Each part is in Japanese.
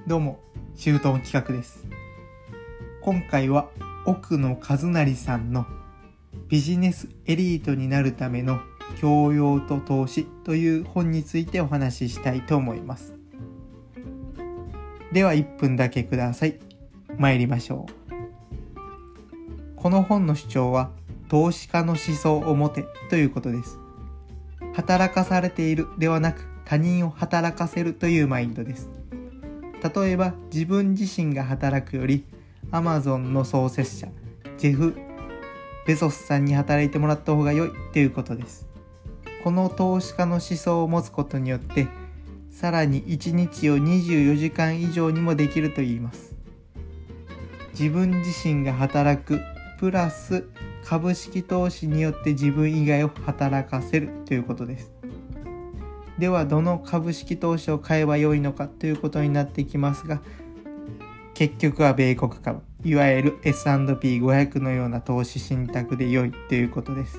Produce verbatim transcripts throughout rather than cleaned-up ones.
どうも、シュートン企画です。今回は奥野和成さんのビジネスエリートになるための教養と投資という本についてお話ししたいと思います。ではいっぷんだけください。参りましょう。この本の主張は投資家の思想を持てということです。働かされているではなく他人を働かせるというマインドです。例えば自分自身が働くより Amazon の創設者ジェフ・ベゾスさんに働いてもらった方が良いということです。この投資家の思想を持つことによってさらにいちにちをにじゅうよじかん以上にもできると言います。自分自身が働くプラス株式投資によって自分以外を働かせるということです。ではどの株式投資を買えばよいのかということになってきますが、結局は米国株、いわゆる エスアンドピーごひゃく のような投資信託で良いということです。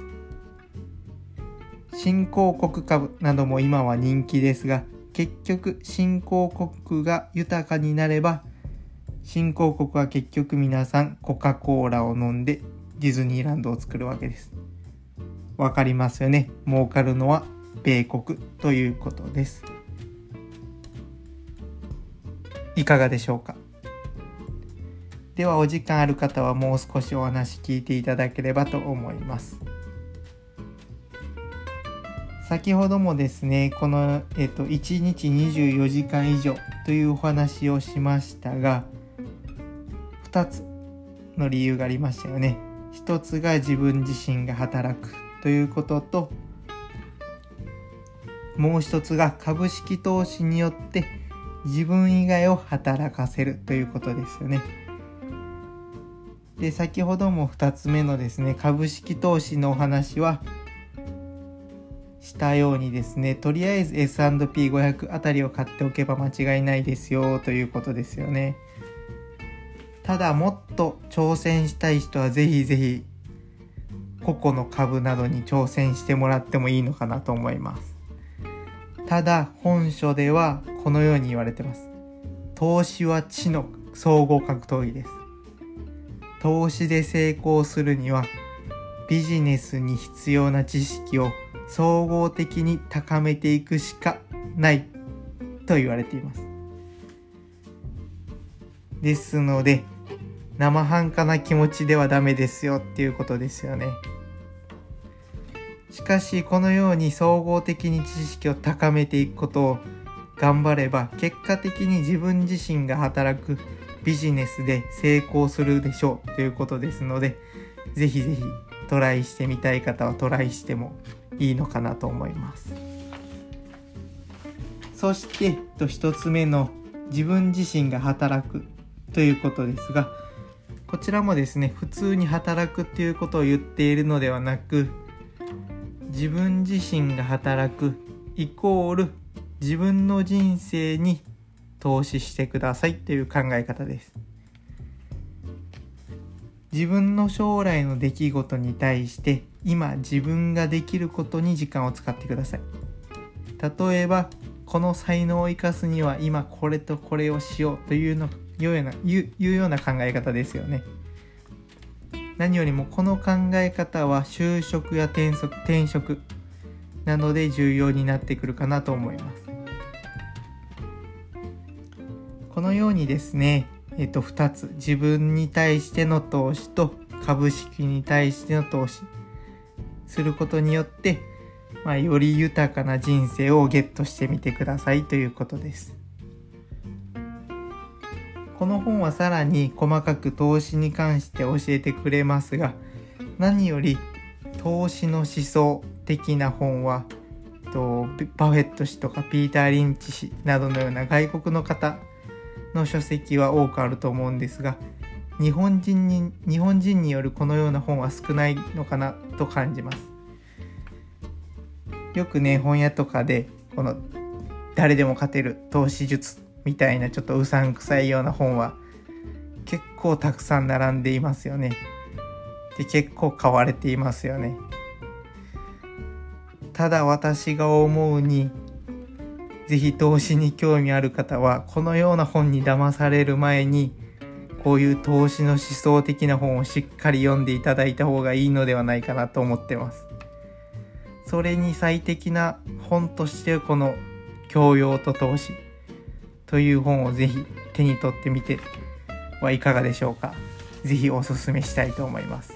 新興国株なども今は人気ですが、結局新興国が豊かになれば新興国は結局皆さんコカ・コーラを飲んでディズニーランドを作るわけです。わかりますよね。儲かるのは米国ということです。いかがでしょうか。ではお時間ある方はもう少しお話聞いていただければと思います。先ほどもですね、この、えっと、いちにちにじゅうよじかん以上というお話をしましたが、ふたつの理由がありましたよね。ひとつが自分自身が働くということと、もう一つが株式投資によって自分以外を働かせるということですよね。で、先ほどもふたつめのですね、株式投資のお話はしたようにですね、とりあえず エスアンドピーごひゃく あたりを買っておけば間違いないですよということですよね。ただもっと挑戦したい人はぜひぜひ個々の株などに挑戦してもらってもいいのかなと思います。ただ本書ではこのように言われています。投資は知の総合格闘技です。投資で成功するにはビジネスに必要な知識を総合的に高めていくしかないと言われています。ですので生半可な気持ちではダメですよっていうことですよね。しかしこのように総合的に知識を高めていくことを頑張れば結果的に自分自身が働くビジネスで成功するでしょうということですので、ぜひぜひトライしてみたい方はトライしてもいいのかなと思います。そして一つ目の自分自身が働くということですが、こちらもですね、普通に働くということを言っているのではなく、自分自身が働くイコール自分の人生に投資してくださいという考え方です。自分の将来の出来事に対して今自分ができることに時間を使ってください。例えばこの才能を生かすには今これとこれをしようというのいうような、いういうような考え方ですよね。何よりもこの考え方は就職や転職、転職などで重要になってくるかなと思います。このようにですね、えっとふたつ、自分に対しての投資と株式に対しての投資することによって、まあ、より豊かな人生をゲットしてみてくださいということです。この本はさらに細かく投資に関して教えてくれますが、何より投資の思想的な本はとバフェット氏とかピーター・リンチ氏などのような外国の方の書籍は多くあると思うんですが、日本人に日本人によるこのような本は少ないのかなと感じます。よくね、本屋とかでこの誰でも勝てる投資術みたいなちょっとうさんくさいような本は結構たくさん並んでいますよね。で、結構買われていますよね。ただ私が思うにぜひ投資に興味ある方はこのような本に騙される前にこういう投資の思想的な本をしっかり読んでいただいた方がいいのではないかなと思ってます。それに最適な本としてこの教養と投資という本をぜひ手に取ってみてはいかがでしょうか。ぜひおすすめしたいと思います。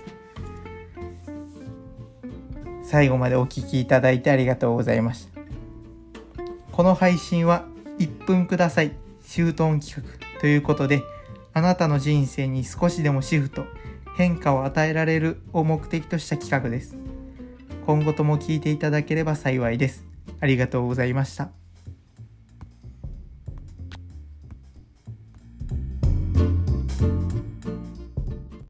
最後までお聞きいただいてありがとうございました。この配信はいっぷんください集トン企画ということで、あなたの人生に少しでもシフト、変化を与えられるを目的とした企画です。今後とも聞いていただければ幸いです。ありがとうございました。